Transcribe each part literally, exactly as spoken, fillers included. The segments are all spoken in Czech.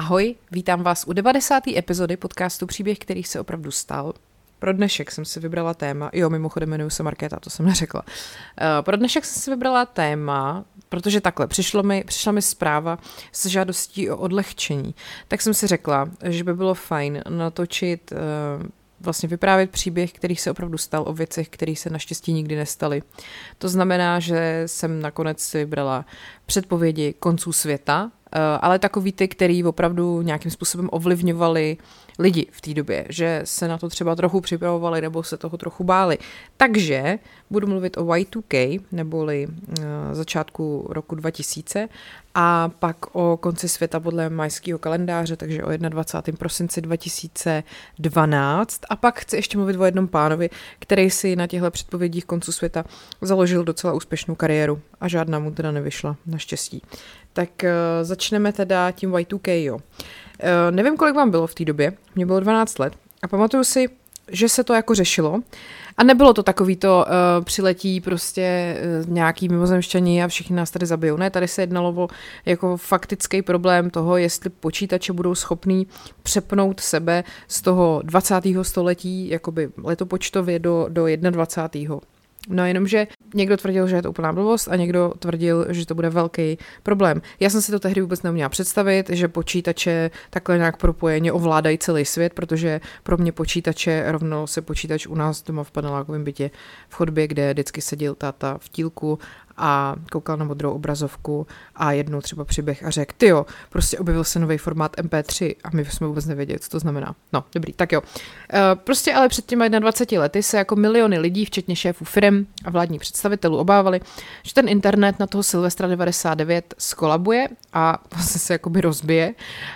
Ahoj, vítám vás u devadesáté epizody podcastu Příběh, který se opravdu stal. Pro dnešek jsem si vybrala téma, jo, mimochodem jmenuji se Markéta, to jsem neřekla. Pro dnešek jsem si vybrala téma, protože takhle, přišlo mi, přišla mi zpráva s žádostí o odlehčení. Tak jsem si řekla, že by bylo fajn natočit, vlastně vyprávět příběh, který se opravdu stal, o věcech, které se naštěstí nikdy nestaly. To znamená, že jsem nakonec si vybrala předpovědi konců světa, ale takový ty, který opravdu nějakým způsobem ovlivňovali lidi v té době, že se na to třeba trochu připravovali nebo se toho trochu báli. Takže budu mluvit o Y dva K, neboli uh, začátku roku dva tisíce, a pak o konci světa podle majského kalendáře, takže o dvacátého prvního prosince dva tisíce dvanáct. A pak chci ještě mluvit o jednom pánovi, který si na těchto předpovědích koncu světa založil docela úspěšnou kariéru a žádná mu teda nevyšla, naštěstí. Tak uh, začneme teda tím Y dva K, jo. Uh, nevím, kolik vám bylo v té době, mě bylo dvanáct let a pamatuju si, že se to jako řešilo a nebylo to takový to uh, přiletí prostě uh, nějaký mimozemšťani a všichni nás tady zabijou. Ne, tady se jednalo o jako faktický problém toho, jestli počítače budou schopný přepnout sebe z toho dvacátého století, jakoby letopočtově do, do dvacátého prvního No jenomže někdo tvrdil, že je to úplná blbost a někdo tvrdil, že to bude velký problém. Já jsem si to tehdy vůbec neuměla představit, že počítače takhle nějak propojeně ovládají celý svět, protože pro mě počítače rovnalo se počítač u nás doma v panelákovém bytě v chodbě, kde vždycky seděl táta v tílku a koukal na modrou obrazovku a jednou třeba přiběh a řekl, tyjo, prostě objevil se nový formát em pé tři a my jsme vůbec nevěděli, co to znamená. No, dobrý, tak jo. E, prostě ale před těmi dvaceti lety se jako miliony lidí, včetně šéfů firem a vládních představitelů obávali, že ten internet na toho Silvestra devadesát devět skolabuje a vlastně se jakoby rozbije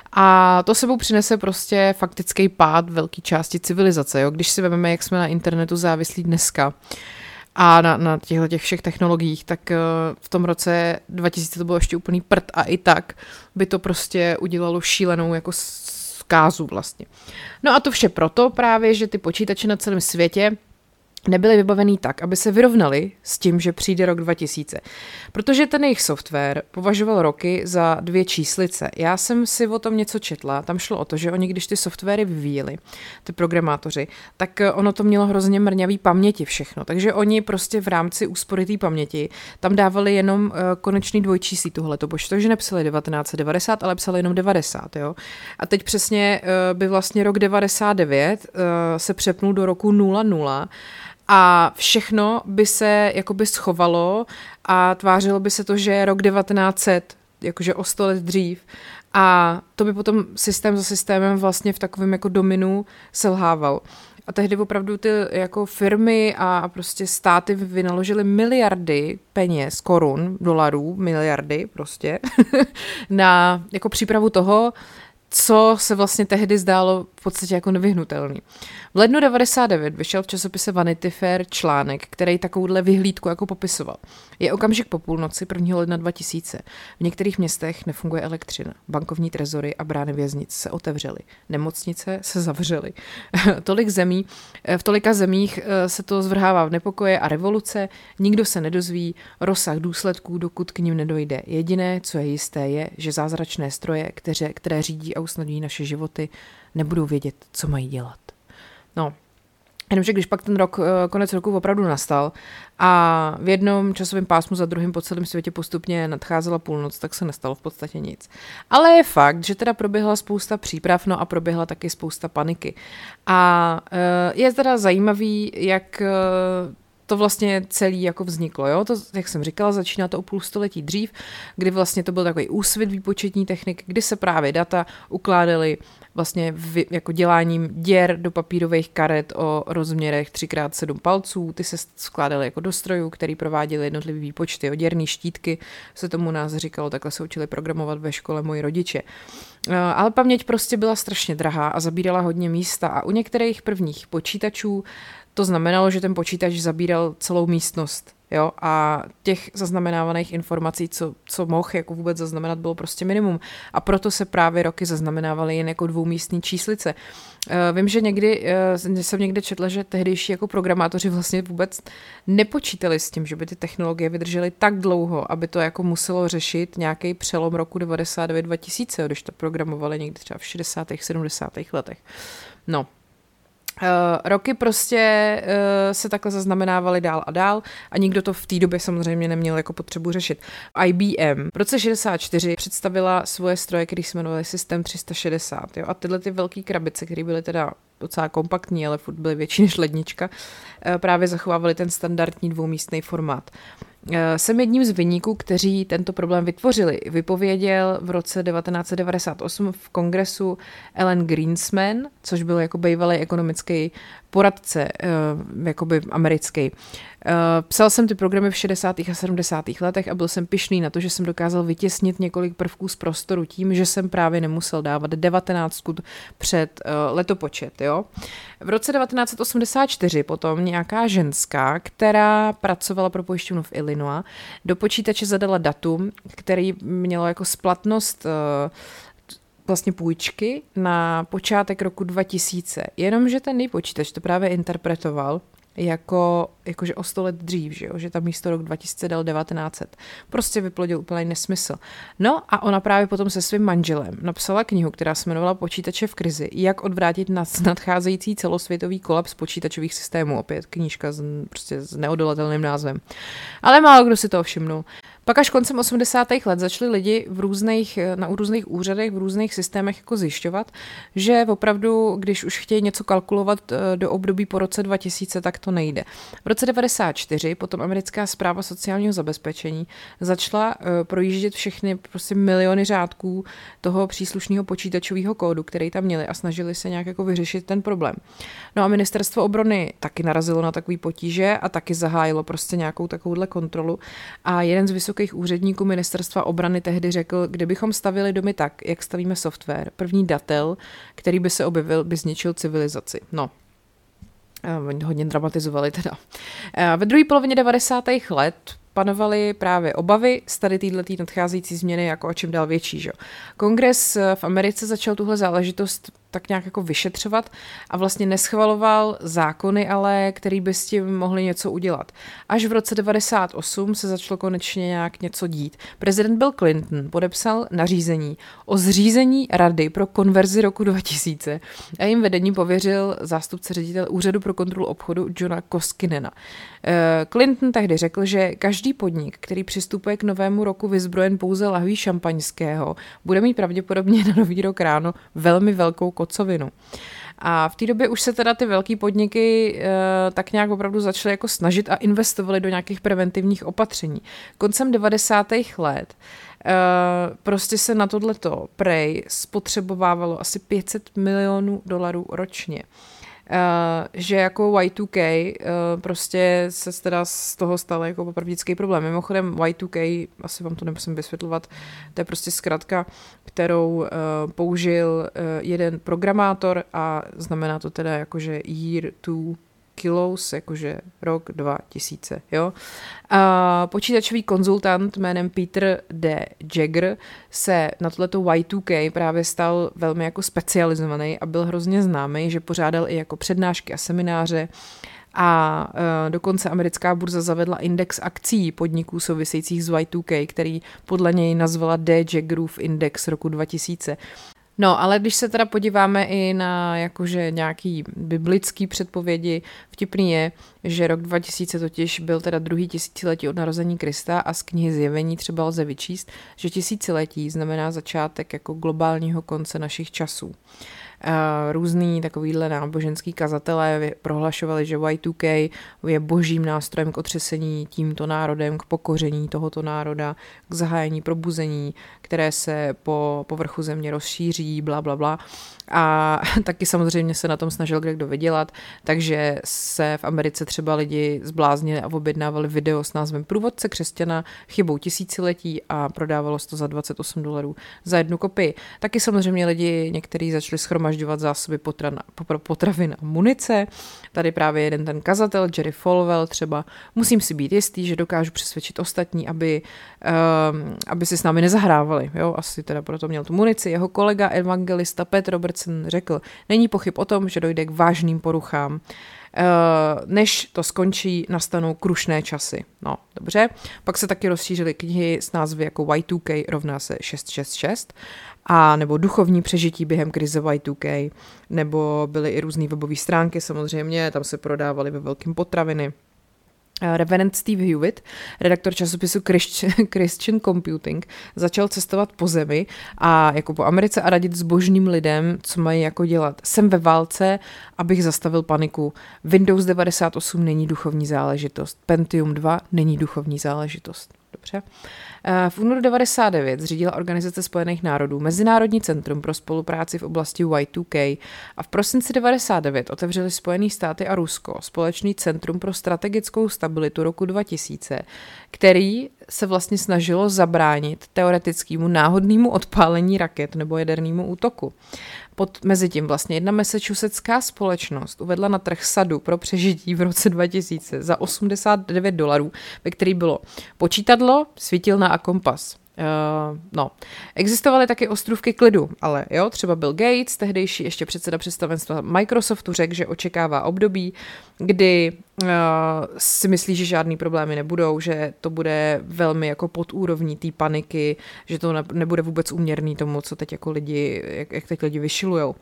a to sebou přinese prostě faktický pád velké části civilizace, jo? Když si vezmeme, jak jsme na internetu závislí dneska, a na, na těchto těch všech technologiích, tak uh, v tom roce dva tisíce to bylo ještě úplný prd a i tak by to prostě udělalo šílenou jako zkázu vlastně. No a to vše proto právě, že ty počítače na celém světě nebyly vybavený tak, aby se vyrovnali s tím, že přijde rok dva tisíce. Protože ten jejich software považoval roky za dvě číslice. Já jsem si o tom něco četla, tam šlo o to, že oni, když ty softwary vyvíjeli, ty programátoři, tak ono to mělo hrozně mrňavý paměti všechno. Takže oni prostě v rámci úspory té paměti tam dávali jenom uh, konečný dvojčíslí tuhleto počtu, takže nepsali devatenáct set devadesát, ale psali jenom devadesát, jo. A teď přesně uh, by vlastně rok devadesát devět uh, se přepnul do roku nula nula a všechno by se jakoby schovalo a tvářilo by se to, že je rok devatenáct set, jakože o sto let dřív. A to by potom systém za systémem vlastně v takovém jako dominu selhával. A tehdy opravdu ty jako firmy a prostě státy vynaložily miliardy peněz, korun, dolarů, miliardy prostě, na jako přípravu toho, co se vlastně tehdy zdálo v podstatě jako nevyhnutelný. V lednu devadesát devět vyšel v časopise Vanity Fair článek, který takovouhle vyhlídku jako popisoval. Je okamžik po půlnoci prvního ledna dva tisíce. V některých městech nefunguje elektřina. Bankovní trezory a brány věznic se otevřely. Nemocnice se zavřely. Tolik zemí, v tolika zemích se to zvrhává v nepokoje a revoluce. Nikdo se nedozví rozsah důsledků, dokud k nim nedojde. Jediné, co je jisté, je, že zázračné stroje, které, které řídí a usnadňují naše životy, nebudou vědět, co mají dělat. No, jenomže když pak ten rok, konec roku opravdu nastal a v jednom časovém pásmu za druhým po celém světě postupně nadcházela půlnoc, tak se nestalo v podstatě nic. Ale je fakt, že teda proběhla spousta příprav, no a proběhla taky spousta paniky. A je teda zajímavý, jak to vlastně celý jako vzniklo, jo? To, jak jsem říkala, začíná to o půl století dřív, kdy vlastně to byl takový úsvit výpočetní technik, kdy se právě data ukládaly vlastně v, jako děláním děr do papírových karet o rozměrech tři krát sedm palců, ty se skládaly jako do strojů, který prováděly jednotlivý výpočty, o děrný štítky, se tomu nás říkalo, takhle se učili programovat ve škole moji rodiče. Ale paměť prostě byla strašně drahá a zabírala hodně místa a u některých prvních počítačů to znamenalo, že ten počítač zabíral celou místnost. Jo, a těch zaznamenávaných informací, co, co mohl jako vůbec zaznamenat, bylo prostě minimum. A proto se právě roky zaznamenávaly jen jako dvoumístní číslice. Uh, vím, že někdy, uh, jsem někde četla, že tehdejší jako programátoři vlastně vůbec nepočítali s tím, že by ty technologie vydržely tak dlouho, aby to jako muselo řešit nějaký přelom roku devadesát devět dva tisíce, když to programovali někdy třeba v šedesátých sedmdesátých letech. No. Uh, roky prostě uh, se takhle zaznamenávaly dál a dál a nikdo to v té době samozřejmě neměl jako potřebu řešit. I B M v roce šedesát čtyři představila svoje stroje, které se jmenovaly System tři sta šedesát. Jo? A tyhle ty velké krabice, které byly teda docela kompaktní, ale furt byly větší než lednička, uh, právě zachovávaly ten standardní dvoumístný formát. Jsem jedním z viníků, kteří tento problém vytvořili. Vypověděl v roce devatenáct set devadesát osm v kongresu Alan Greenspan, což byl jako bývalý ekonomický poradce, jakoby americký. Psal jsem ty programy v šedesátých a sedmdesátých letech a byl jsem pyšný na to, že jsem dokázal vytěsnit několik prvků z prostoru tím, že jsem právě nemusel dávat devatenáctku před letopočet. Jo? V roce devatenáct set osmdesát čtyři potom nějaká ženská, která pracovala pro pojišťovnu v Illinois, do počítače zadala datum, který mělo jako splatnost vlastně půjčky na počátek roku dva tisíce. Jenomže ten počítač to právě interpretoval jako, jakože o sto let dřív, že, jo? Že tam místo rok dva tisíce dal devatenáct set. Prostě vyplodil úplný nesmysl. No a ona právě potom se svým manželem napsala knihu, která se jmenovala Počítače v krizi, jak odvrátit nadcházející celosvětový kolaps počítačových systémů. Opět knížka s, prostě s neodolatelným názvem. Ale málo kdo si toho všimnul. Pak až koncem osmdesátých let začali lidi v různých, na různých úřadech, v různých systémech jako zjišťovat, že opravdu, když už chtějí něco kalkulovat do období po roce dva tisíce, tak to nejde. V roce devadesát čtyři potom americká správa sociálního zabezpečení začala projíždět všechny prostě miliony řádků toho příslušného počítačového kódu, který tam měli a snažili se nějak jako vyřešit ten problém. No a ministerstvo obrany taky narazilo na takový potíže a taky zahájilo prostě nějakou takovouhle kontrolu a jeden z vysokých úředníků ministerstva obrany tehdy řekl, kdybychom stavili domy tak, jak stavíme software, první datel, který by se objevil, by zničil civilizaci. No, hodně dramatizovali teda. Ve druhé polovině devadesátých let panovaly právě obavy z tady této nadcházející změny jako o čem dál větší. Že? Kongres v Americe začal tuhle záležitost tak nějak jako vyšetřovat a vlastně neschvaloval zákony, ale který by s tím mohli něco udělat. Až v roce devadesát osm se začalo konečně nějak něco dít. Prezident Bill Clinton podepsal nařízení o zřízení Rady pro konverzi roku dva tisíce a jim vedení pověřil zástupce ředitel Úřadu pro kontrolu obchodu Johna Koskinena. Clinton tehdy řekl, že každý podnik, který přistupuje k novému roku vyzbrojen pouze lahví šampaňského, bude mít pravděpodobně na nový rok ráno velmi velkou kocovinu. A v té době už se teda ty velký podniky e, tak nějak opravdu začaly jako snažit a investovali do nějakých preventivních opatření. Koncem devadesátých let e, prostě se na tohleto prej spotřebovávalo asi pět set milionů dolarů ročně. Uh, že jako Y dva K uh, prostě se teda z toho stal jako popravdický problém. Mimochodem Y dva K, asi vám to nemusím vysvětlovat, to je prostě zkratka, kterou uh, použil uh, jeden programátor a znamená to teda jakože year two kilos, jakože rok dva tisíce, jo. A počítačový konzultant jménem Peter D. Jagger se na tohleto Y dva K právě stal velmi jako specializovaný a byl hrozně známý, že pořádal i jako přednášky a semináře a e, dokonce americká burza zavedla index akcí podniků souvisejících s Y dva K, který podle něj nazvala D. Jaggerův index roku dva tisíce. No, ale když se teda podíváme i na jakože nějaký biblický předpovědi, vtipný je, že rok dva tisíce totiž byl teda druhý tisíciletí od narození Krista a z knihy Zjevení třeba lze vyčíst, že tisíciletí znamená začátek jako globálního konce našich časů. Různý takovýhle náboženský kazatelé prohlašovali, že Y dva K je božím nástrojem k otřesení tímto národem, k pokoření tohoto národa, k zahájení probuzení, které se po povrchu země rozšíří, bla, bla, bla. A taky samozřejmě se na tom snažil kdekdo vydělat, takže se v Americe třeba lidi zbláznili a objednávali video s názvem Průvodce křesťana chybou tisíciletí a prodávalo se to za dvacet osm dolarů za jednu kopii. Taky samozřejmě lidi někteří začali shromažďovat zásoby potran, potravin a munice. Tady právě jeden ten kazatel, Jerry Falwell třeba, musím si být jistý, že dokážu přesvědčit ostatní, aby, um, aby si s námi nezahrávali. Jo, asi teda proto měl tu munici. Jeho kolega evangelista Pat Robertson řekl, není pochyb o tom, že dojde k vážným poruchám. Než to skončí, nastanou krušné časy. No, dobře. Pak se taky rozšířily knihy s názvy jako Y dva K rovná se šest šest šest a nebo duchovní přežití během krize Y dva K, nebo byly i různé webové stránky samozřejmě, tam se prodávaly ve velkým potraviny. Reverend Steve Hewitt, redaktor časopisu Christian Computing, začal cestovat po zemi a jako po Americe a radit zbožným lidem, co mají jako dělat. Jsem ve válce, abych zastavil paniku. Windows devadesát osm není duchovní záležitost. Pentium dva není duchovní záležitost. Dobře. V únoru devadesát devět zřídila Organizace spojených národů Mezinárodní centrum pro spolupráci v oblasti Y dva K a v prosinci devadesát devět otevřely Spojené státy a Rusko společný centrum pro strategickou stabilitu roku dva tisíce, který se vlastně snažilo zabránit teoretickému náhodnému odpálení raket nebo jadernému útoku. Pod, mezi tím vlastně jedna massachusettská společnost uvedla na trh sadu pro přežití v roce dva tisíce za osmdesát devět dolarů, ve který bylo počítadlo, svítilna a kompas. Uh, no, existovaly taky ostrůvky klidu, ale jo, třeba Bill Gates, tehdejší ještě předseda představenstva Microsoftu, řekl, že očekává období, kdy uh, si myslí, že žádný problémy nebudou, že to bude velmi jako pod úrovní té paniky, že to ne, nebude vůbec úměrný tomu, co teď jako lidi, jak, jak teď lidi vyšilujou.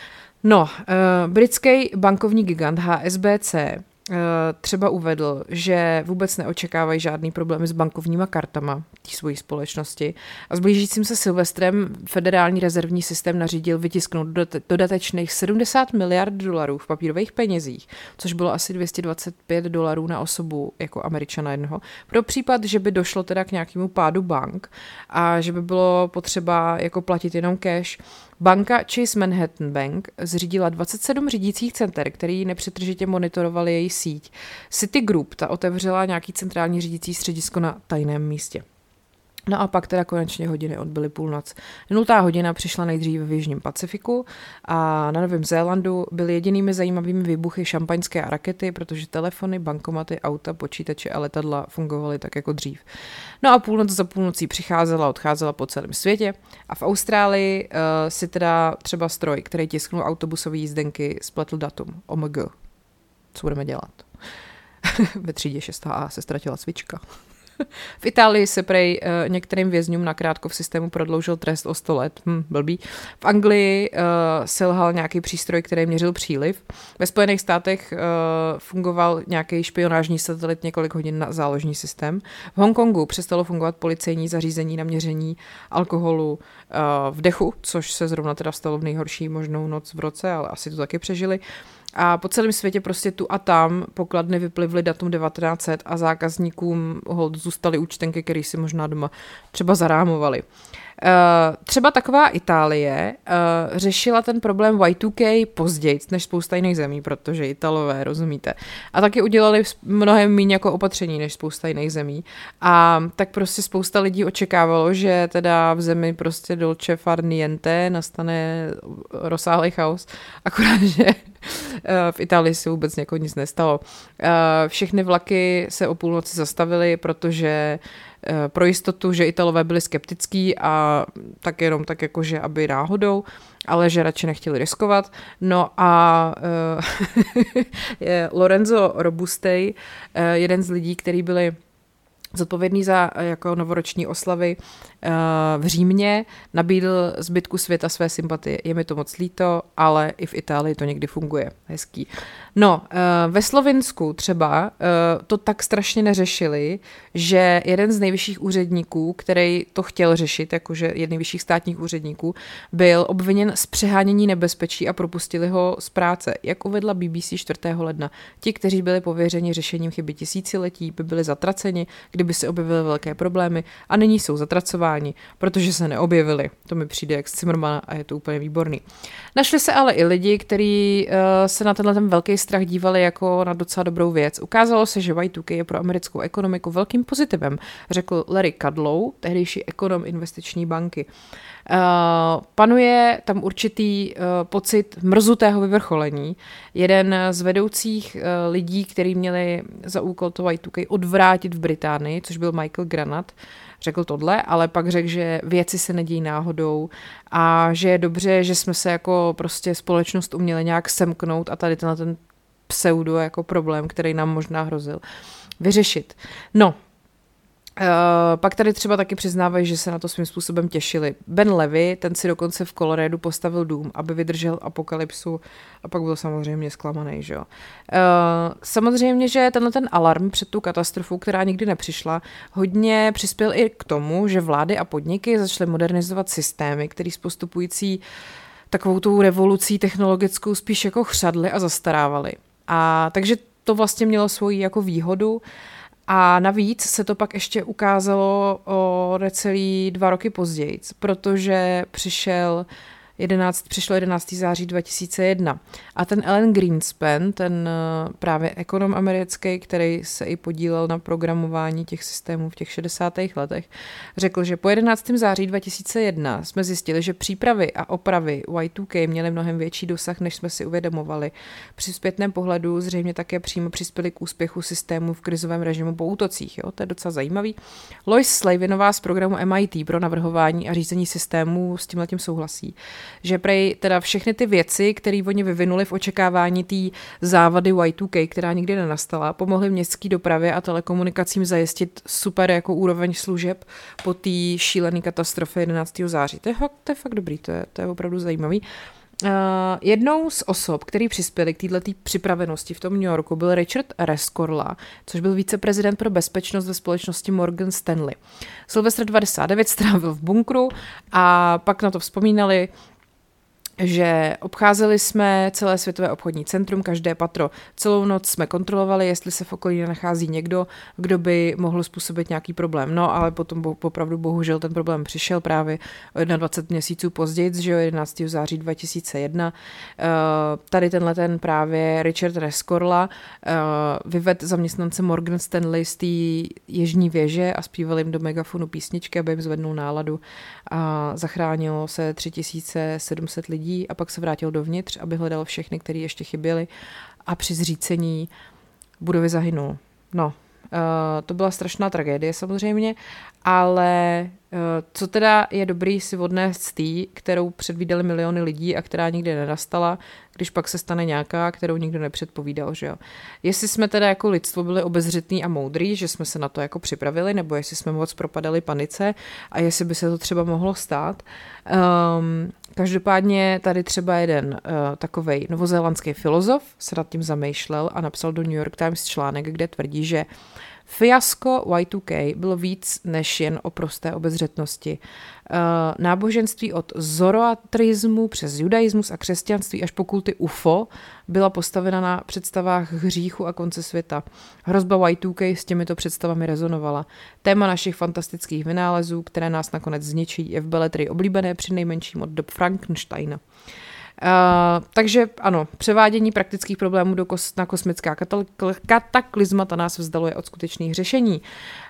No, uh, britský bankovní gigant H S B C třeba uvedl, že vůbec neočekávají žádný problémy s bankovníma kartama té svojí společnosti a s blížícím se Silvestrem Federální rezervní systém nařídil vytisknout dodatečných sedmdesát miliard dolarů v papírových penězích, což bylo asi dvě stě dvacet pět dolarů na osobu jako Američana jednoho, pro případ, že by došlo teda k nějakému pádu bank a že by bylo potřeba jako platit jenom cash. Banka Chase Manhattan Bank zřídila dvacet sedm řídících center, který nepřetržitě monitorovali její síť. Citigroup ta otevřela nějaký centrální řídící středisko na tajném místě. No a pak teda konečně hodiny odbyly půlnoc. Nultá hodina přišla nejdříve v Jižním Pacifiku a na Novém Zélandu byly jedinými zajímavými výbuchy šampaňské a rakety, protože telefony, bankomaty, auta, počítače a letadla fungovaly tak jako dřív. No a půlnoc za půlnocí přicházela a odcházela po celém světě a v Austrálii uh, si teda třeba stroj, který tisknul autobusové jízdenky, spletl datum. O M G. Co budeme dělat? Ve třídě šest A se ztratila cvička. V Itálii se prej uh, některým vězňům nakrátko v systému prodloužil trest o sto let. Hm, blbý. V Anglii uh, selhal nějaký přístroj, který měřil příliv. Ve Spojených státech uh, fungoval nějaký špionážní satelit několik hodin na záložní systém. V Hongkongu přestalo fungovat policejní zařízení na měření alkoholu uh, v dechu, což se zrovna teda stalo v nejhorší možnou noc v roce, ale asi to taky přežili. A po celém světě prostě tu a tam pokladny vyplivly datum devatenáct set a zákazníkům hold zůstaly účtenky, které si možná doma třeba zarámovali. Uh, třeba taková Itálie uh, řešila ten problém Y dva K později než spousta jiných zemí, protože Italové, rozumíte. A taky udělali mnohem méně jako opatření než spousta jiných zemí. A tak prostě spousta lidí očekávalo, že teda v zemi prostě dolce far niente nastane rozsáhlý chaos. Akorát, že uh, v Itálii se vůbec jako nic nestalo. Uh, všechny vlaky se o půlnoci zastavily, protože pro jistotu, že Italové byli skeptický a tak jenom tak jako, že aby náhodou, ale že radši nechtěli riskovat. No a uh, Lorenzo Robustej, uh, jeden z lidí, který byli zodpovědný za jako novoroční oslavy v Římě, nabídl zbytku světa své sympatie. Je mi to moc líto, ale i v Itálii to někdy funguje. Hezký. No, ve Slovinsku třeba to tak strašně neřešili, že jeden z nejvyšších úředníků, který to chtěl řešit, jakože jeden z nejvyšších státních úředníků, byl obviněn z přehánění nebezpečí a propustili ho z práce. Jak uvedla B B C čtvrtého ledna, ti, kteří byli pověřeni řešením chyby tisíciletí, by byli zatraceni, kdyby kdyby se objevily velké problémy a nyní jsou zatracováni, protože se neobjevili. To mi přijde jak z Zimmermana a je to úplně výborný. Našli se ale i lidi, kteří uh, se na tenhle ten velký strach dívali jako na docela dobrou věc. Ukázalo se, že Y two K je pro americkou ekonomiku velkým pozitivem, řekl Larry Kudlow, tehdejší ekonom investiční banky. Uh, panuje tam určitý uh, pocit mrzutého vyvrcholení. Jeden z vedoucích uh, lidí, který měli za úkol to Y two K odvrátit v Británii, což byl Michael Granat, řekl tohle, ale pak řekl, že věci se nedějí náhodou a že je dobře, že jsme se jako prostě společnost uměli nějak semknout a tady tenhle ten pseudo jako problém, který nám možná hrozil, vyřešit. No, Uh, pak tady třeba taky přiznávají, že se na to svým způsobem těšili. Ben Levy, ten si dokonce v Coloradu postavil dům, aby vydržel apokalypsu a pak byl samozřejmě zklamaný, že jo. Uh, samozřejmě, že tenhle ten alarm před tu katastrofou, která nikdy nepřišla, hodně přispěl i k tomu, že vlády a podniky začaly modernizovat systémy, který s postupující takovou tou revolucí technologickou spíš jako chřadly a zastarávaly. A takže to vlastně mělo svoji jako výhodu. A navíc se to pak ještě ukázalo o necelý dva roky později, protože přišel jedenáct, přišlo jedenáctého září dva tisíce jedna. A ten Alan Greenspan, ten právě ekonom americký, který se i podílel na programování těch systémů v těch šedesátých letech, řekl, že po jedenáctého září dva tisíce jedna jsme zjistili, že přípravy a opravy Y two K měly mnohem větší dosah, než jsme si uvědomovali. Při zpětném pohledu zřejmě také přímo přispěli k úspěchu systému v krizovém režimu po útocích. Jo? To je docela zajímavý. Lois Slavinová z programu M I T pro navrhování a řízení systémů s tímhletím souhlasí, že prej teda všechny ty věci, které oni vyvinuli v očekávání té závady Y two K, která nikdy nenastala, pomohly městské dopravě a telekomunikacím zajistit super jako úroveň služeb po té šílené katastrofě jedenáctého září. To je fakt, to je fakt dobrý, to je, to je opravdu zajímavý. Uh, jednou z osob, který přispěli k této připravenosti v tom New Yorku, byl Richard Rescorla, což byl viceprezident pro bezpečnost ve společnosti Morgan Stanley. Sylvester devadesát devět strávil v bunkru a pak na to vzpomínali, že obcházeli jsme celé světové obchodní centrum, každé patro. Celou noc jsme kontrolovali, jestli se v okolí nachází někdo, kdo by mohl způsobit nějaký problém. No, ale potom bo, popravdu bohužel ten problém přišel právě o dvacet jedna měsíců později, že jo, jedenáctého září dva tisíce jedna. Uh, tady tenhle ten právě Richard Rescorla uh, vyvedl zaměstnance Morgan Stanley z té jižní věže a zpíval jim do megafonu písničky, aby jim zvednul náladu a zachránilo se tři tisíce sedm set lidí a pak se vrátil dovnitř, aby hledal všechny, kteří ještě chyběli a při zřícení budovy zahynul. No, uh, to byla strašná tragédie samozřejmě, ale uh, co teda je dobrý si odnést z té, kterou předvídali miliony lidí a která nikdy nenastala, když pak se stane nějaká, kterou nikdo nepředpovídal, že jo. Jestli jsme teda jako lidstvo byli obezřetní a moudrý, že jsme se na to jako připravili, nebo jestli jsme moc propadali panice a jestli by se to třeba mohlo stát. Um, každopádně tady třeba jeden uh, takovej novozélandský filozof se nad tím zamýšlel a napsal do New York Times článek, kde tvrdí, že fiasko Y two K bylo víc než jen o prosté obezřetnosti. Náboženství od zoroatrismu přes judaismus a křesťanství až po kulty U F O byla postavena na představách hříchu a konce světa. Hrozba Y two K s těmito představami rezonovala. Téma našich fantastických vynálezů, které nás nakonec zničí, je v beletrii oblíbené přinejmenším od dob Frankensteina. Uh, takže ano, převádění praktických problémů do kos- na kosmická katal- kataklizmata nás vzdaluje od skutečných řešení.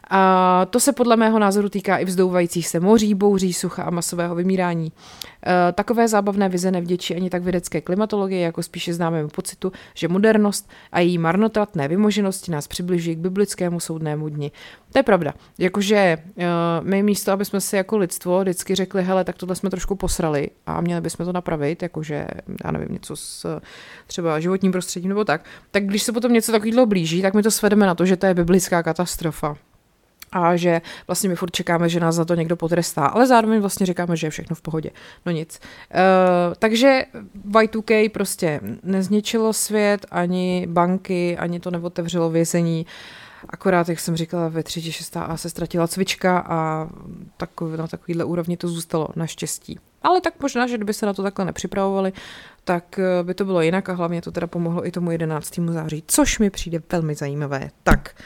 A to se podle mého názoru týká i vzdouvajících se moří, bouří, sucha a masového vymírání. E, takové zábavné vize nevděčí ani tak vědecké klimatologie, jako spíše známému pocitu, že modernost a její marnotratné vymoženosti nás přibližují k biblickému soudnému dni. To je pravda. Jakože e, my místo, aby jsme si jako lidstvo vždycky řekli, hele, tak tohle jsme trošku posrali a měli bychom to napravit, jakože, já nevím, něco s třeba životním prostředím nebo tak, tak když se potom něco takového blíží, tak my to svedeme na to, že to je biblická katastrofa. A že vlastně my furt čekáme, že nás za to někdo potrestá, ale zároveň vlastně říkáme, že je všechno v pohodě. No nic. Uh, takže Y two K prostě nezničilo svět, ani banky, ani to neotevřelo vězení. Akorát, jak jsem říkala, ve třetí šestá A se ztratila cvička a takov, na takovýhle úrovni to zůstalo naštěstí. Ale tak možná, že kdyby se na to takhle nepřipravovali, tak by to bylo jinak a hlavně to teda pomohlo i tomu jedenáctému září, což mi přijde velmi zajímavé. Tak,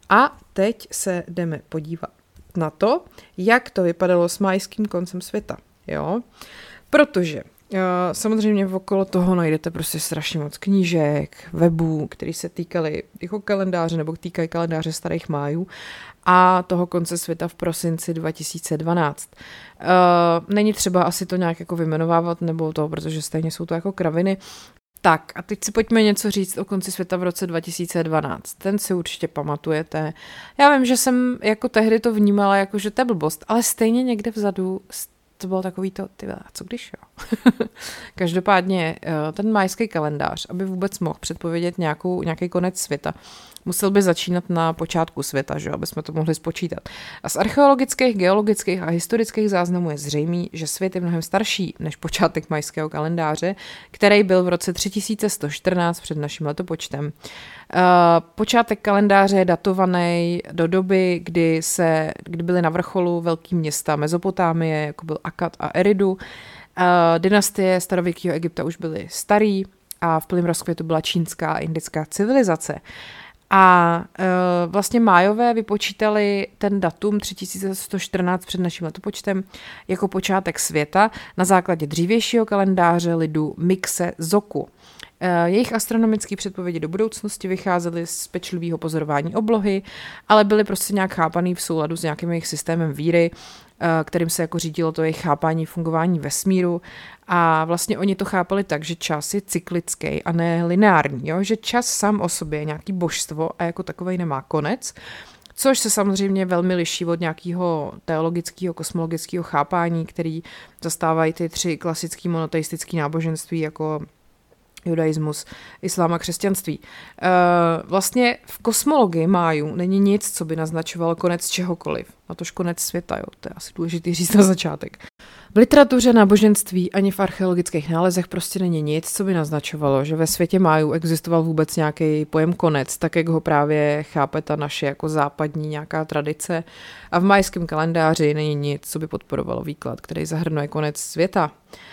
A teď se jdeme podívat na to, jak to vypadalo s majským koncem světa. Jo? Protože uh, samozřejmě okolo toho najdete prostě strašně moc knížek, webů, které se týkaly jako kalendáře nebo týkají kalendáře starých májů a toho konce světa v prosinci dva tisíce dvanáct. Uh, není třeba asi to nějak jako vymenovávat nebo to, protože stejně jsou to jako kraviny. Tak a teď si pojďme něco říct o konci světa v roce dva tisíce dvanáct. Ten si určitě pamatujete. Já vím, že jsem jako tehdy to vnímala jako, že to je blbost, ale stejně někde vzadu to bylo takový to, ty vole, co když jo? Každopádně ten majský kalendář, aby vůbec mohl předpovědět nějakou, nějaký konec světa, musel by začínat na počátku světa, že? Aby jsme to mohli spočítat. A z archeologických, geologických a historických záznamů je zřejmý, že svět je mnohem starší než počátek majského kalendáře, který byl v roce tři tisíce sto čtrnáct před naším letopočtem. Uh, počátek kalendáře je datovaný do doby, kdy, se, kdy byly na vrcholu velký města Mezopotámie, jako byl Akkad a Eridu. Uh, dynastie starověkého Egypta už byly starý a v plném rozkvětu byla čínská a indická civilizace. A uh, vlastně májové vypočítali ten datum tři tisíce sto čtrnáct před naším letopočtem jako počátek světa na základě dřívějšího kalendáře lidu Mikse Zoku. Jejich astronomické předpovědi do budoucnosti vycházely z pečlivého pozorování oblohy, ale byly prostě nějak chápaný v souladu s nějakým jejich systémem víry, kterým se jako řídilo to jejich chápání fungování vesmíru. A vlastně oni to chápali tak, že čas je cyklický a ne lineární, jo? Že čas sám o sobě je nějaký božstvo a jako takovej nemá konec, což se samozřejmě velmi liší od nějakého teologického, kosmologického chápání, který zastávají ty tři klasické monoteistické náboženství jako judaismus, islám a křesťanství. E, vlastně v kosmologii májů není nic, co by naznačovalo konec čehokoliv. Natož konec světa, jo, to je asi důležitý říct na začátek. V literatuře, náboženství ani v archeologických nálezech prostě není nic, co by naznačovalo, že ve světě májů existoval vůbec nějaký pojem konec, tak jak ho právě chápe ta naše jako západní nějaká tradice. A v majském kalendáři není nic, co by podporovalo výklad, který zahrnuje konec světa.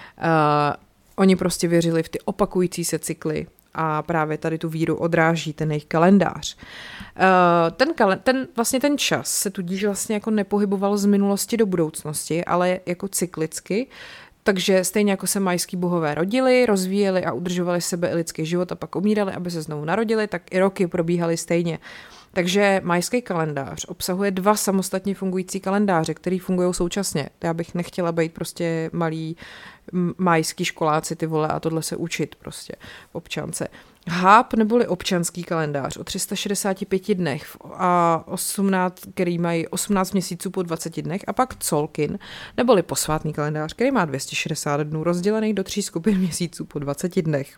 E, Oni prostě věřili v ty opakující se cykly a právě tady tu víru odráží ten jejich kalendář. Ten, kalen- ten, vlastně ten čas se tudíž vlastně jako nepohyboval z minulosti do budoucnosti, ale jako cyklicky, takže stejně jako se majský bohové rodili, rozvíjeli a udržovali sebe i lidský život a pak umírali, aby se znovu narodili, tak i roky probíhaly stejně. Takže majský kalendář obsahuje dva samostatně fungující kalendáře, které fungují současně. Já bych nechtěla být prostě malý majský školáci ty vole a tohle se učit prostě v občance. Háb neboli občanský kalendář o tři sta šedesáti pěti dnech a osmnáct, který mají osmnáct měsíců po dvaceti dnech a pak Colkin neboli posvátný kalendář, který má dvě stě šedesát dnů rozdělených do tří skupin měsíců po dvaceti dnech.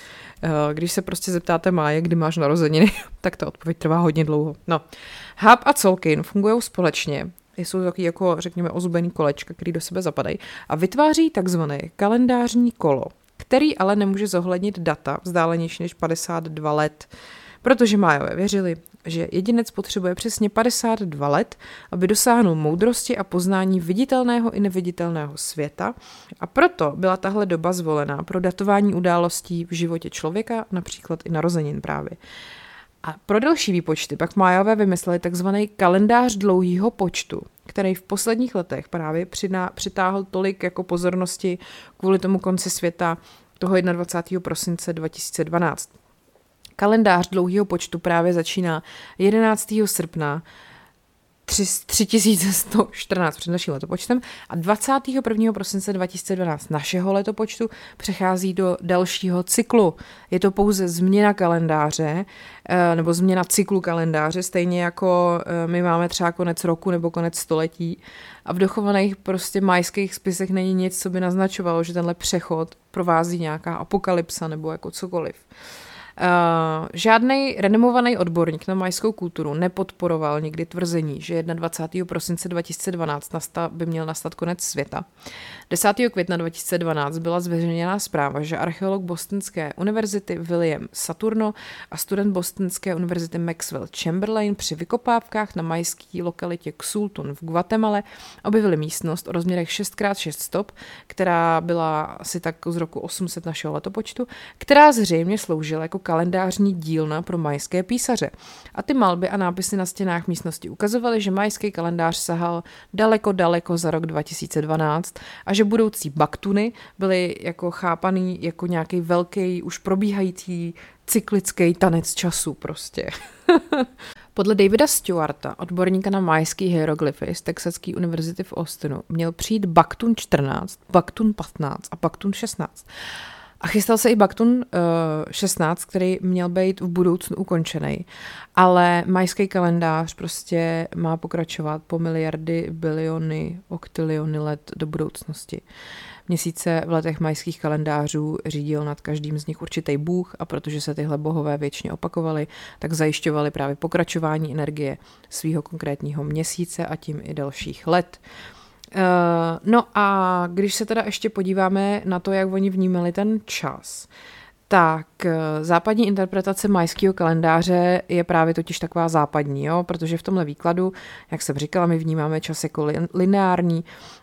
Když se prostě zeptáte Máje, kdy máš narozeniny, tak ta odpověď trvá hodně dlouho. No, Háb a Colkin fungují společně, jsou taky jako, řekněme, ozubený kolečka, který do sebe zapadají a vytváří takzvané kalendářní kolo, který ale nemůže zohlednit data vzdálenější než padesát dva let, protože Májové věřili, že jedinec potřebuje přesně padesát dva let, aby dosáhnul moudrosti a poznání viditelného i neviditelného světa a proto byla tahle doba zvolená pro datování událostí v životě člověka, například i narozenin právě. A pro další výpočty pak Májové vymysleli takzvaný kalendář dlouhýho počtu, který v posledních letech právě přiná, přitáhl tolik jako pozornosti kvůli tomu konci světa toho dvacátého prvního prosince dva tisíce dvanáct. Kalendář dlouhýho počtu právě začíná jedenáctého srpna tři tisíce sto čtrnáct před naším letopočtem a dvacátého prvního prosince dva tisíce dvanáct našeho letopočtu přechází do dalšího cyklu. Je to pouze změna kalendáře nebo změna cyklu kalendáře, stejně jako my máme třeba konec roku nebo konec století a v dochovaných prostě majských spisech není nic, co by naznačovalo, že tenhle přechod provází nějaká apokalypsa nebo jako cokoliv. Uh, žádný renomovaný odborník na majskou kulturu nepodporoval nikdy tvrzení, že dvacátého prvního prosince dva tisíce dvanáct nasta, by měl nastat konec světa. desátého května dva tisíce dvanáct byla zveřejněná zpráva, že archeolog Bostonské univerzity William Saturno a student Bostonské univerzity Maxwell Chamberlain při vykopávkách na majské lokalitě Xultun v Guatemale objevili místnost o rozměrech šest krát šest stop, která byla asi tak z roku osm set našeho letopočtu, která zřejmě sloužila jako kalendářní dílna pro majské písaře. A ty malby a nápisy na stěnách místnosti ukazovaly, že majský kalendář sahal daleko, daleko za rok dva tisíce dvanáct a že budoucí baktuny byly jako chápaný jako nějaký velký, už probíhající cyklický tanec času prostě. Podle Davida Stewarta, odborníka na majský hieroglyfy z Texaské univerzity v Austinu, měl přijít Baktun čtrnáct, Baktun patnáct a Baktun šestnáct. A chystal se i Baktun uh, šestnáct, který měl být v budoucnu ukončený. Ale majský kalendář prostě má pokračovat po miliardy, biliony, oktiliony let do budoucnosti. Měsíce v letech majských kalendářů řídil nad každým z nich určitý bůh a protože se tyhle bohové věčně opakovaly, tak zajišťovali právě pokračování energie svého konkrétního měsíce a tím i dalších let. No a když se teda ještě podíváme na to, jak oni vnímali ten čas, tak západní interpretace majského kalendáře je právě totiž taková západní, jo? Protože v tomhle výkladu, jak jsem říkala, my vnímáme čas jako lineární.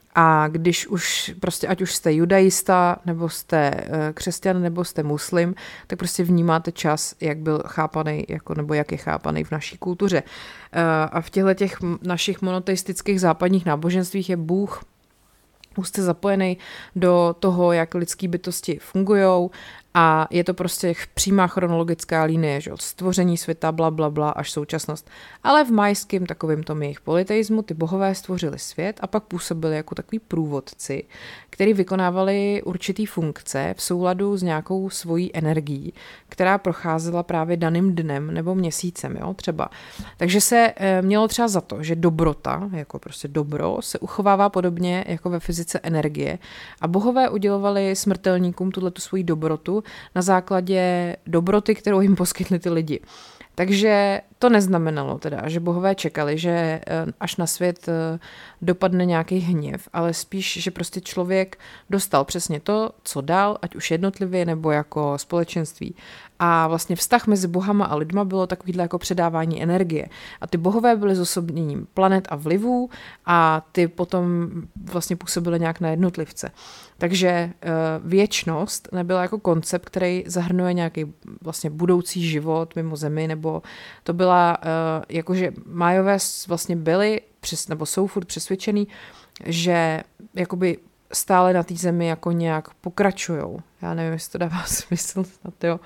A když už prostě, ať už jste judaista, nebo jste křesťan, nebo jste muslim, tak prostě vnímáte čas, jak byl chápaný, jako, nebo jak je chápaný v naší kultuře. A v těchto těch našich monoteistických západních náboženstvích je Bůh úzce zapojený do toho, jak lidský bytosti fungujou a je to prostě přímá chronologická linie, že od stvoření světa, bla, bla, bla, až současnost. Ale v majském takovém tom jejich politeismu ty bohové stvořili svět a pak působili jako takový průvodci, který vykonávali určitý funkce v souladu s nějakou svojí energií, která procházela právě daným dnem nebo měsícem, jo, třeba. Takže se e, mělo třeba za to, že dobrota, jako prostě dobro, se uchovává podobně jako ve fyzice energie a bohové udělovali smrtelníkům tuhletu svoji dobrotu na základě dobroty, kterou jim poskytli ty lidi. Takže to neznamenalo teda, že bohové čekali, že až na svět dopadne nějaký hněv, ale spíš, že prostě člověk dostal přesně to, co dal, ať už jednotlivě nebo jako společenství. A vlastně vztah mezi bohama a lidma bylo takovýhle jako předávání energie. A ty bohové byly zosobněním planet a vlivů a ty potom vlastně působily nějak na jednotlivce. Takže věčnost nebyla jako koncept, který zahrnuje nějaký vlastně budoucí život mimo zemi, nebo to byla, jakože Májové vlastně byli, nebo jsou furt přesvědčený, že jakoby stále na té zemi jako nějak pokračujou. Já nevím, jestli to dává smysl. Jo.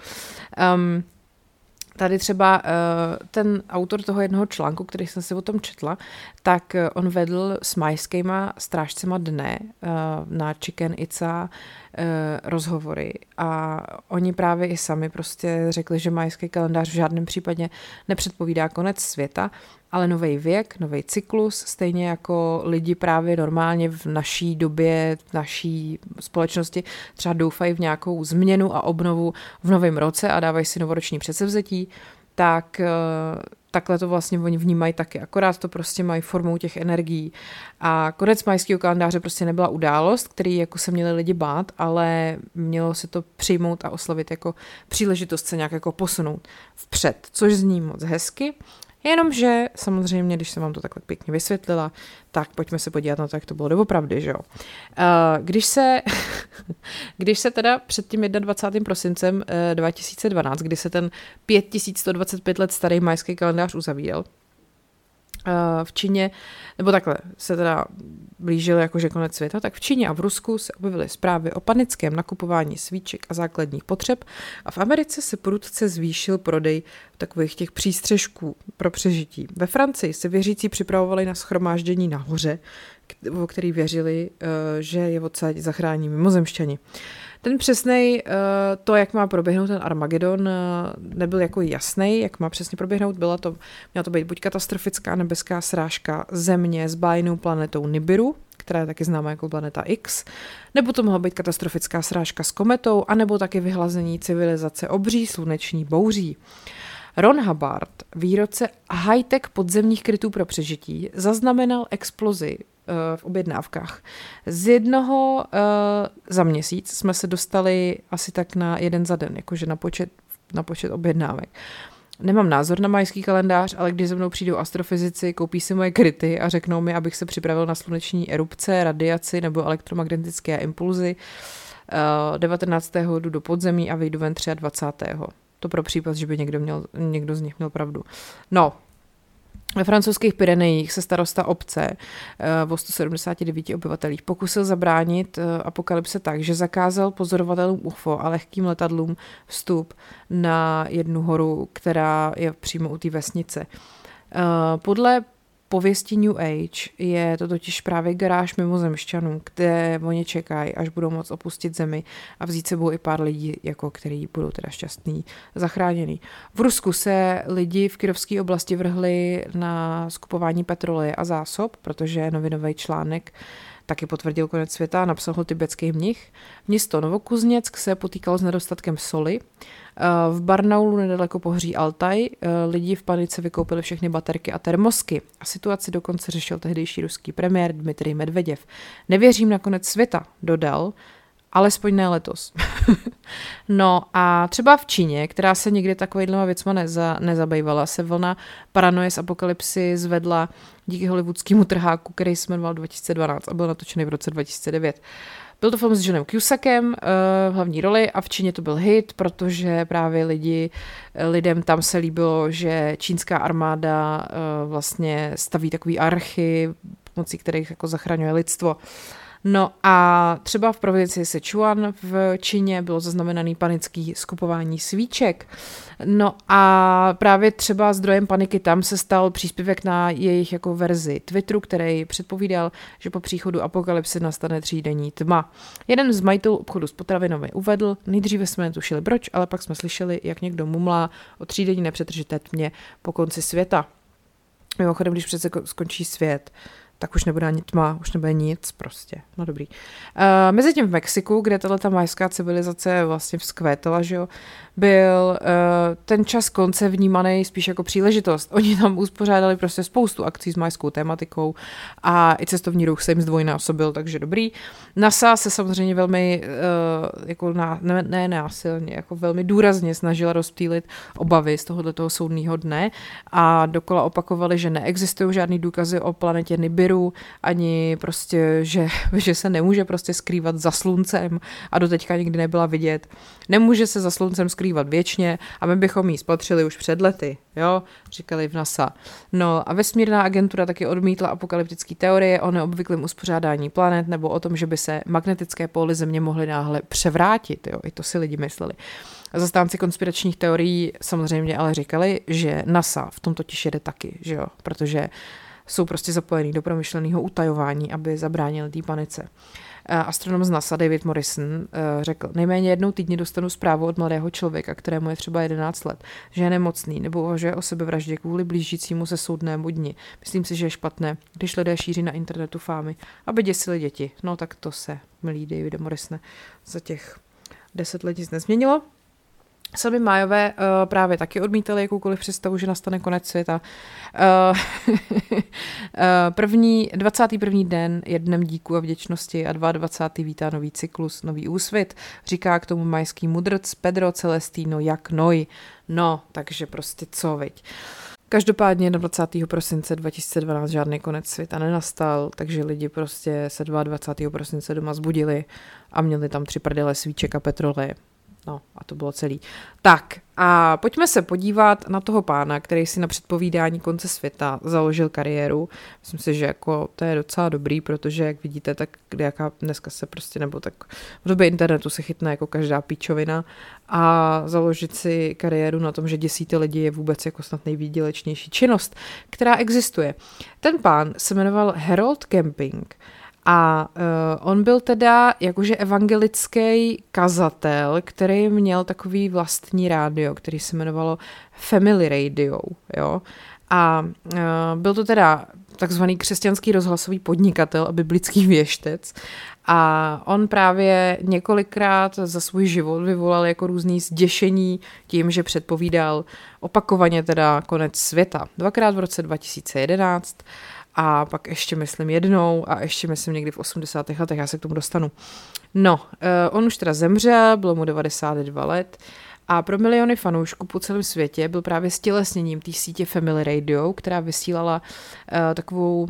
Um, tady třeba uh, ten autor toho jednoho článku, který jsem si o tom četla, tak uh, on vedl s majskýma strážcema dne uh, na Chichen Itza uh, rozhovory a oni právě i sami prostě řekli, že majský kalendář v žádném případě nepředpovídá konec světa, ale nový věk, nový cyklus, stejně jako lidi právě normálně v naší době, v naší společnosti třeba doufají v nějakou změnu a obnovu v novém roce a dávají si novoroční předsevzetí, tak takhle to vlastně oni vnímají taky. Akorát to prostě mají formou těch energií. A konec majského kalendáře prostě nebyla událost, který jako se měli lidi bát, ale mělo se to přijmout a oslavit jako příležitost se nějak jako posunout vpřed, což zní moc hezky. Jenomže samozřejmě, když jsem vám to takhle pěkně vysvětlila, tak pojďme se podívat na to, jak to bylo doopravdy, že jo. Když se, když se teda před tím dvacátým prvním prosincem dva tisíce dvanáct, kdy se ten pět tisíc sto dvacet pět let starý majský kalendář uzavíral, v Číně, nebo takhle se teda blížil jakože konec světa, tak v Číně a v Rusku se objevily zprávy o panickém nakupování svíček a základních potřeb a v Americe se prudce zvýšil prodej takových těch přístřežků pro přežití. Ve Francii se věřící připravovali na shromáždění na hoře, o který věřili, že je odsaď zachrání mimozemšťani. Ten přesnej, to, jak má proběhnout ten Armagedon, nebyl jako jasný, jak má přesně proběhnout. Byla to, měla to být buď katastrofická nebeská srážka Země s bájnou planetou Nibiru, která je taky známá jako planeta X, nebo to mohla být katastrofická srážka s kometou, anebo taky vyhlazení civilizace obří sluneční bouří. Ron Hubbard, výrobce high-tech podzemních krytů pro přežití, zaznamenal explozi v objednávkách. Z jednoho uh, za měsíc jsme se dostali asi tak na jeden za den, jakože na počet, na počet objednávek. Nemám názor na majský kalendář, ale když za mnou přijdou astrofyzici, koupí si moje kryty a řeknou mi, abych se připravil na sluneční erupce, radiaci nebo elektromagnetické impulzy, uh, devatenáctého jdu do podzemí a vyjdu ven dvacátého třetího To pro případ, že by někdo, měl, někdo z nich měl pravdu. No, ve francouzských Pyrenejích se starosta obce o sto sedmdesáti devíti obyvatelích pokusil zabránit apokalypse tak, že zakázal pozorovatelům U F O a lehkým letadlům vstup na jednu horu, která je přímo u té vesnice. Podle pověstí New Age je to totiž právě garáž mimozemšťanů, kde oni čekají, až budou moct opustit zemi a vzít sebou i pár lidí, jako který budou teda šťastný, zachráněný. V Rusku se lidi v Kyrovské oblasti vrhli na skupování petroleje a zásob, protože novinový článek taky potvrdil konec světa, napsal ho tibetský mnich. Město Novokuzněck se potýkalo s nedostatkem soli. V Barnaulu nedaleko pohoří Altaj lidi v panice vykoupili všechny baterky a termosky. A situaci dokonce řešil tehdejší ruský premiér Dmitrij Medveděv. Nevěřím na konec světa, dodal, alespoň ne letos. No a třeba v Číně, která se nikdy takovýhlema věcma neza, nezabývala, se vlna paranoje z apokalypsy zvedla díky hollywoodskému trháku, který se jmenoval dva tisíce dvanáct a byl natočený v roce dva tisíce devět. Byl to film s Johnem Cusackem v hlavní roli a v Číně to byl hit, protože právě lidi, lidem tam se líbilo, že čínská armáda vlastně staví takový archy, pomocí kterých jako zachraňuje lidstvo. No a třeba v provincii Sichuan v Číně bylo zaznamenaný panický skupování svíček. No a právě třeba zdrojem paniky tam se stal příspěvek na jejich jako verzi Twitteru, který předpovídal, že po příchodu apokalypsy nastane třídenní tma. Jeden z majitelů obchodu s potravinami uvedl, nejdříve jsme netušili proč, ale pak jsme slyšeli, jak někdo mumlá o třídenní nepřetržité tmě po konci světa. Mimochodem, když přece skončí svět, tak už nebude ani tma, už nebude nic prostě. No dobrý. Uh, Mezitím v Mexiku, kde tato majská civilizace vlastně vzkvétala, že jo, byl uh, ten čas konce vnímaný spíš jako příležitost. Oni tam uspořádali prostě spoustu akcí s majskou tématikou a i cestovní ruch se jim zdvojnásobil, takže dobrý. NASA se samozřejmě velmi, uh, jako ná, ne, ne násilně, jako velmi důrazně snažila rozptýlit obavy z tohoto soudného dne a dokola opakovali, že neexistují žádný důkazy o planetě Nibiru, ani prostě, že, že se nemůže prostě skrývat za sluncem a doteďka nikdy nebyla vidět. Nemůže se za sluncem skrývat věčně a my bychom jí spatřili už před lety, jo, říkali v NASA. No a vesmírná agentura taky odmítla apokalyptické teorie o neobvyklém uspořádání planet nebo o tom, že by se magnetické póly Země mohly náhle převrátit, jo, i to si lidi mysleli. Zastánci konspiračních teorií samozřejmě ale říkali, že NASA v tom totiž jede taky, že jo, protože jsou prostě zapojený do promyšleného utajování, aby zabránili té panice. Astronom z NASA David Morrison řekl, nejméně jednou týdně dostanu zprávu od mladého člověka, kterému je třeba jedenáct let, že je nemocný nebo uvažuje o sebevraždě kvůli blížícímu se soudnému dni. Myslím si, že je špatné, když lidé šíří na internetu fámy, aby děsili děti. No tak to se, milý Davide Morrisone, za těch deset let nic nezměnilo. Sami Májové uh, právě taky odmítali jakoukoliv představu, že nastane konec světa. Uh, uh, první, dvacátý první den je dnem díku a vděčnosti a dvacátý druhý vítá nový cyklus, nový úsvit. Říká k tomu majský mudrc Pedro Celestino jak noj. No, takže prostě co, viď. Každopádně dvacátého prosince dva tisíce dvanáct žádný konec světa nenastal, takže lidi prostě se dvacátého druhého prosince doma zbudili a měli tam tři prdele svíček a petroleje. No a to bylo celý. Tak a pojďme se podívat na toho pána, který si na předpovídání konce světa založil kariéru. Myslím si, že jako to je docela dobrý, protože jak vidíte, tak jaká dneska se prostě, nebo tak v době internetu se chytne jako každá píčovina a založit si kariéru na tom, že děsíte lidi je vůbec jako snad nejvýdělečnější činnost, která existuje. Ten pán se jmenoval Harold Camping. A uh, on byl teda jakože evangelický kazatel, který měl takový vlastní rádio, který se jmenovalo Family Radio, jo. A uh, byl to teda takzvaný křesťanský rozhlasový podnikatel a biblický věštec. A on právě několikrát za svůj život vyvolal jako různý zděšení tím, že předpovídal opakovaně teda konec světa. Dvakrát v roce dva tisíce jedenáct a pak ještě myslím jednou a ještě myslím někdy v osmdesátých letech, já se k tomu dostanu. No, uh, on už teda zemřel, bylo mu devadesát dva let a pro miliony fanoušků po celém světě byl právě stělesněním té sítě Family Radio, která vysílala uh, takovou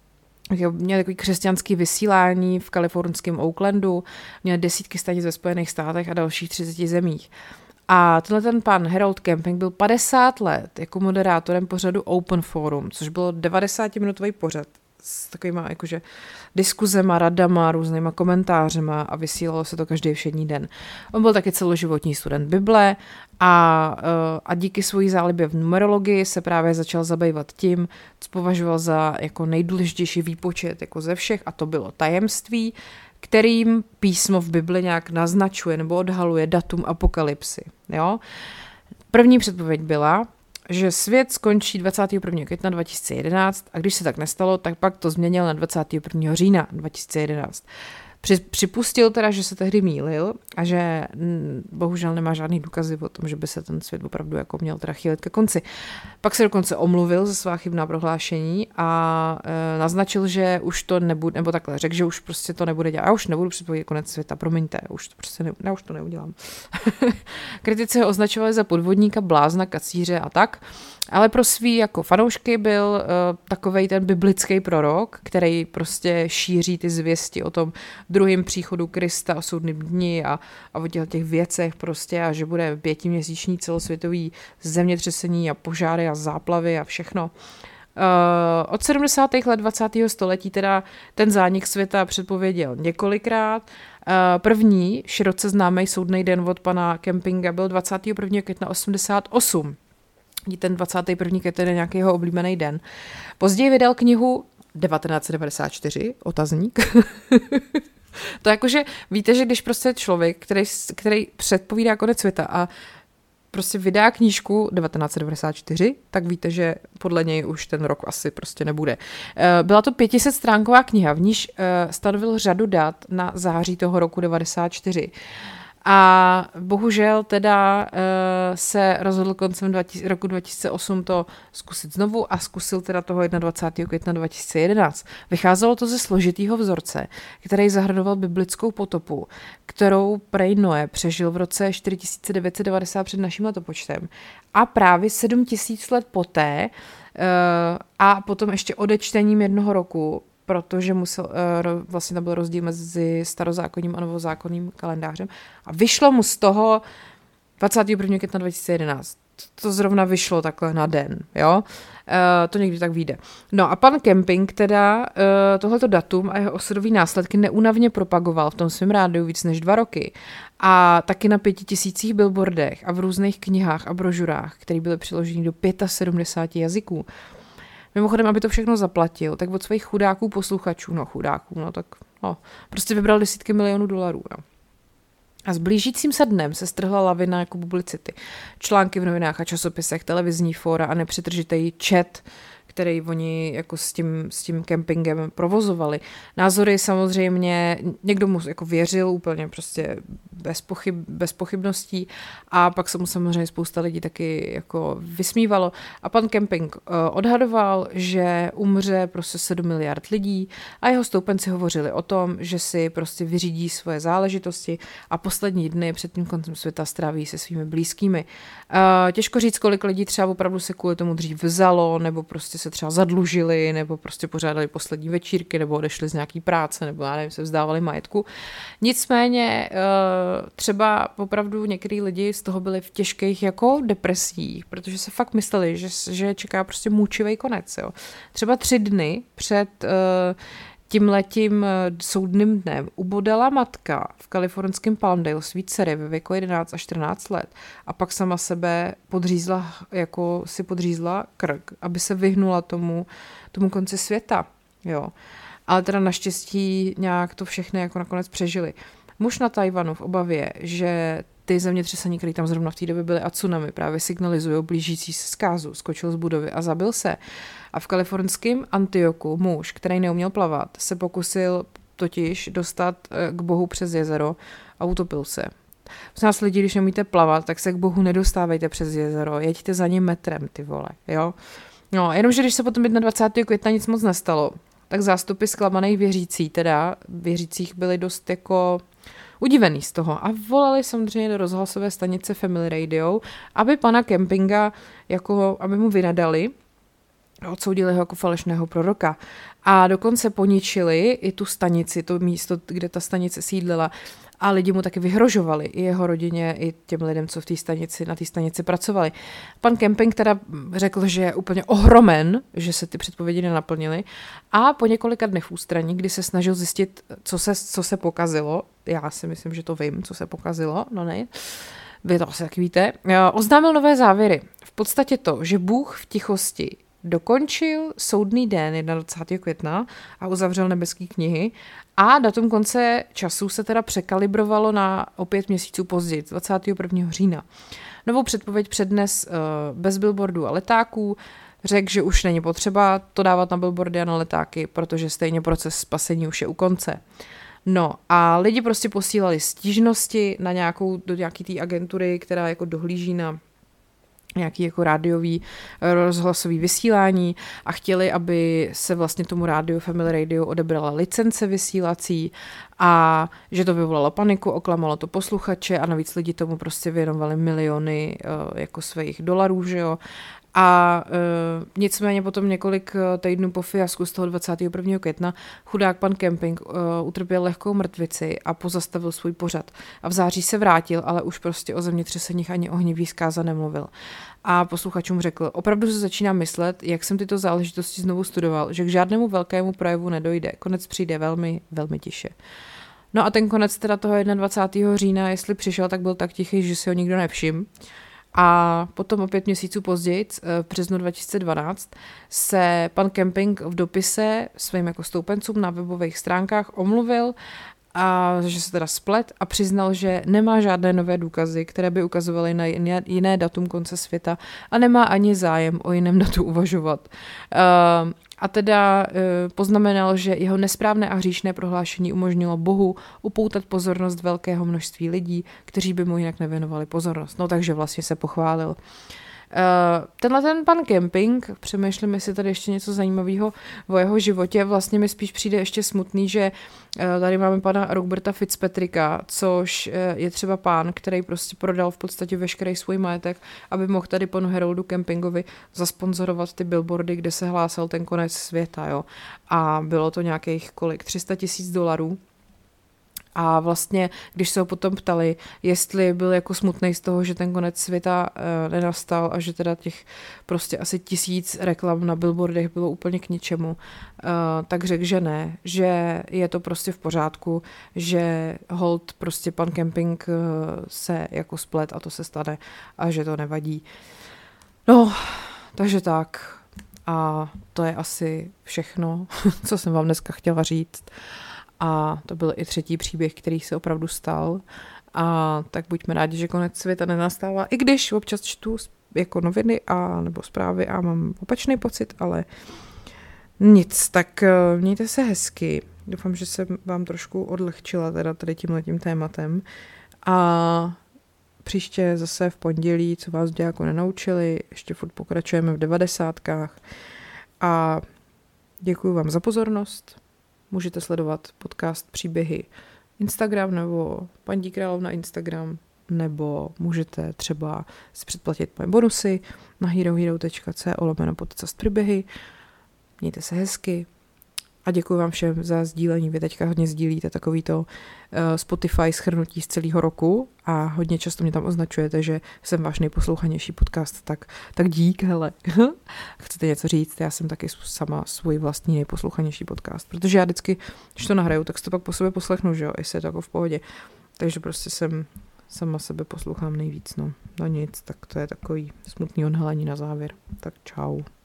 měl takový křesťanský vysílání v kalifornském Oaklandu, měl desítky stanic ve Spojených státech a dalších třiceti zemích. A tenhle ten pan Harold Camping byl padesát let jako moderátorem pořadu Open Forum, což bylo devadesátiminotový pořad s takovýma jakože diskuzema, radama, různýma komentářema a vysílalo se to každý všední den. On byl taky celoživotní student Bible a, a díky svojí zálibě v numerologii se právě začal zabývat tím, co považoval za jako nejdůležitější výpočet jako ze všech, a to bylo tajemství, kterým písmo v Bibli nějak naznačuje nebo odhaluje datum apokalypsy. Jo? První předpověď byla, že svět skončí dvacátého prvního května dva tisíce jedenáct a když se tak nestalo, tak pak to změnil na dvacátého prvního října dva tisíce jedenáct. Při, připustil teda, že se tehdy mýlil a že m, bohužel nemá žádný důkazy o tom, že by se ten svět opravdu jako měl teda chýlit ke konci. Pak se dokonce omluvil za svá chybná prohlášení a e, naznačil, že už to nebude, nebo takhle, řekl, že už prostě to nebude dělat. Já už nebudu předpovědět konec světa, promiňte, už to prostě ne, já už to neudělám. Kritici ho označovali za podvodníka, blázna, kacíře a tak. Ale pro svý jako fanoušky byl uh, takovej ten biblický prorok, který prostě šíří ty zvěsti o tom druhém příchodu Krista, o soudném dni a, a o těch věcech prostě a že bude pětiměsíční celosvětový zemětřesení a požáry a záplavy a všechno. Uh, od sedmdesátých let dvacátého století teda ten zánik světa předpověděl několikrát. Uh, první široce známý soudný den od pana Campinga byl dvacátého prvního května osmdesát osm. Ten dvacátý první květen je nějaký jeho oblíbený den. Později vydal knihu devatenáct set devadesát čtyři, otazník. To jakože, víte, že když prostě člověk, který, který předpovídá konec světa a prostě vydá knížku devatenáct set devadesát čtyři, tak víte, že podle něj už ten rok asi prostě nebude. Byla to pětisetstránková kniha, v níž stanovil řadu dat na září toho roku devadesát čtyři. A bohužel teda uh, se rozhodl koncem dvacátého roku dva tisíce osm to zkusit znovu a zkusil teda toho dvacátého prvního května dva tisíce jedenáct. Vycházelo to ze složitýho vzorce, který zahrnoval biblickou potopu, kterou prej Noé přežil v roce čtyři tisíce devět set devadesát před naším letopočtem. A právě sedm tisíc let poté uh, a potom ještě odečtením jednoho roku, protože musel, vlastně tam byl rozdíl mezi starozákonním a novozákonným kalendářem. A vyšlo mu z toho dvacátého prvního května dva tisíce jedenáct. To zrovna vyšlo takhle na den, jo. E, to někdy tak vyjde. No a pan Camping teda e, tohleto datum a jeho osudový následky neúnavně propagoval v tom svém rádiu víc než dva roky. A taky na pěti tisících billboardech a v různých knihách a brožurách, které byly přiloženy do sedmdesáti pěti jazyků. Mimochodem, aby to všechno zaplatil, tak od svých chudáků posluchačů, no chudáků, no tak no, prostě vybral desítky milionů dolarů. No. A s blížícím se dnem se strhla lavina jako publicity. Články v novinách a časopisech, televizní fóra a nepřetržitý chat, který oni jako s tím, s tím Campingem provozovali. Názory samozřejmě, někdo mu jako věřil úplně prostě bez, pochyb, bez pochybností a pak se mu samozřejmě spousta lidí taky jako vysmívalo. A pan Camping uh, odhadoval, že umře prostě sedm miliard lidí a jeho stoupenci hovořili o tom, že si prostě vyřídí svoje záležitosti a poslední dny před tím koncem světa stráví se svými blízkými. Uh, těžko říct, kolik lidí třeba opravdu se kvůli tomu dřív vzalo, nebo prostě se třeba zadlužili, nebo prostě pořádali poslední večírky, nebo odešli z nějaký práce, nebo já nevím, se vzdávali majetku. Nicméně třeba opravdu některý lidi z toho byli v těžkých jako depresích, protože se fakt mysleli, že, že čeká prostě mučivý konec. Jo. Třeba tři dny před tímhletím soudným dnem ubodala matka v kalifornském Palmdale svý dcery ve věku jedenáct až čtrnáct let a pak sama sebe podřízla, jako si podřízla krk, aby se vyhnula tomu, tomu konci světa. Jo. Ale teda naštěstí nějak to všechny jako nakonec přežili. Muž na Tajvanu v obavě, že ty zemětřesení, které tam zrovna v té době byly a tsunami, právě signalizují blížící se zkázu, skočil z budovy a zabil se. A v kalifornském Antiochu muž, který neuměl plavat, se pokusil totiž dostat k Bohu přes jezero a utopil se. Z nás lidi, když neumíte plavat, tak se k Bohu nedostávejte přes jezero, jeďte za ním metrem, ty vole, jo. No, jenomže když se potom dvacátého prvního května nic moc nestalo, tak zástupy zklamaných věřící, teda věřících byli dost jako udivený z toho a volali samozřejmě do rozhlasové stanice Family Radio, aby pana Campinga jako, aby mu vynadali, odsoudili ho jako falešného proroka a dokonce poničili i tu stanici, to místo, kde ta stanice sídlila a lidi mu taky vyhrožovali, i jeho rodině, i těm lidem, co v té stanici, na té stanici pracovali. Pan Camping teda řekl, že je úplně ohromen, že se ty předpovědi nenaplnily a po několika dnech v ústraní, kdy se snažil zjistit, co se, co se pokazilo, já si myslím, že to vím, co se pokazilo, no ne, vy to asi taky víte, oznámil nové závěry. V podstatě to, že Bůh v tichosti dokončil soudný den dvacátého prvního května a uzavřel nebeský knihy a datum konce času se teda překalibrovalo na o pět měsíců později, dvacátého prvního října. Novou předpověď přednes uh, bez billboardů a letáků, řekl, že už není potřeba to dávat na billboardy a na letáky, protože stejně proces spasení už je u konce. No a lidi prostě posílali stížnosti na nějakou, do nějaký té agentury, která jako dohlíží na nějaký jako rádiový rozhlasový vysílání a chtěli, aby se vlastně tomu rádiu Family Radio odebrala licence vysílací a že to vyvolalo paniku, oklamalo to posluchače a navíc lidi tomu prostě věnovali miliony uh, jako svých dolarů, že jo. A e, nicméně potom několik týdnů po fiasku z toho dvacátého prvního května chudák pan Camping e, utrpěl lehkou mrtvici a pozastavil svůj pořad. A v září se vrátil, ale už prostě o zemětřeseních ani ohnivý zkáza nemluvil. A posluchačům řekl, opravdu se začínám myslet, jak jsem tyto záležitosti znovu studoval, že k žádnému velkému projevu nedojde. Konec přijde velmi, velmi tiše. No a ten konec teda toho dvacátého prvního října, jestli přišel, tak byl tak tichý, že si ho nikdo nevšiml. A potom o pět měsíců později, v březnu dva tisíce dvanáct, se pan Camping v dopise svým jako stoupencům na webových stránkách omluvil, a že se teda splet a přiznal, že nemá žádné nové důkazy, které by ukazovaly na jiné datum konce světa a nemá ani zájem o jiném datu uvažovat. Uh, a teda uh, poznamenal, že jeho nesprávné a hříšné prohlášení umožnilo Bohu upoutat pozornost velkého množství lidí, kteří by mu jinak nevěnovali pozornost. No takže vlastně se pochválil. Uh, tenhle ten pan Camping, přemýšlím, jestli tady ještě něco zajímavého o jeho životě, vlastně mi spíš přijde ještě smutný, že uh, tady máme pana Roberta Fitzpatricka, což uh, je třeba pán, který prostě prodal v podstatě veškerý svůj majetek, aby mohl tady panu Haroldu Campingovi zasponzorovat ty billboardy, kde se hlásal ten konec světa, jo. A bylo to nějakých kolik, tři sta tisíc dolarů. A vlastně, když se ho potom ptali, jestli byl jako smutnej z toho, že ten konec světa e, nenastal a že teda těch prostě asi tisíc reklam na billboardech bylo úplně k ničemu, e, tak řekl, že ne, že je to prostě v pořádku, že hold prostě pan Camping e, se jako splet a to se stane a že to nevadí. No, takže tak. A to je asi všechno, co jsem vám dneska chtěla říct. A to byl i třetí příběh, který se opravdu stal. A tak buďme rádi, že konec světa nenastává. I když občas čtu jako noviny a nebo zprávy a mám opačný pocit, ale nic. Tak mějte se hezky. Doufám, že jsem vám trošku odlehčila teda tady tímhletím tématem. A příště zase v pondělí, co vás děláko nenaučili, ještě furt pokračujeme v devadesátkách. A děkuji vám za pozornost. Můžete sledovat podcast Příběhy Instagram nebo Paní Královna Instagram, nebo můžete třeba si předplatit moje bonusy na herohero tečka co lomeno podcast příběhy. Mějte se hezky a děkuji vám všem za sdílení. Vy teďka hodně sdílíte takovýto uh, Spotify shrnutí z celého roku a hodně často mě tam označujete, že jsem váš nejposlouchanější podcast, tak, tak dík, hele. Chcete něco říct? Já jsem taky sama svůj vlastní nejposlouchanější podcast, protože já vždycky, když to nahraju, tak si to pak po sobě poslechnu, že jo, jestli je to jako v pohodě. Takže prostě jsem sama sebe poslouchám nejvíc, no. No nic, tak to je takový smutný odhalení na závěr. Tak čau.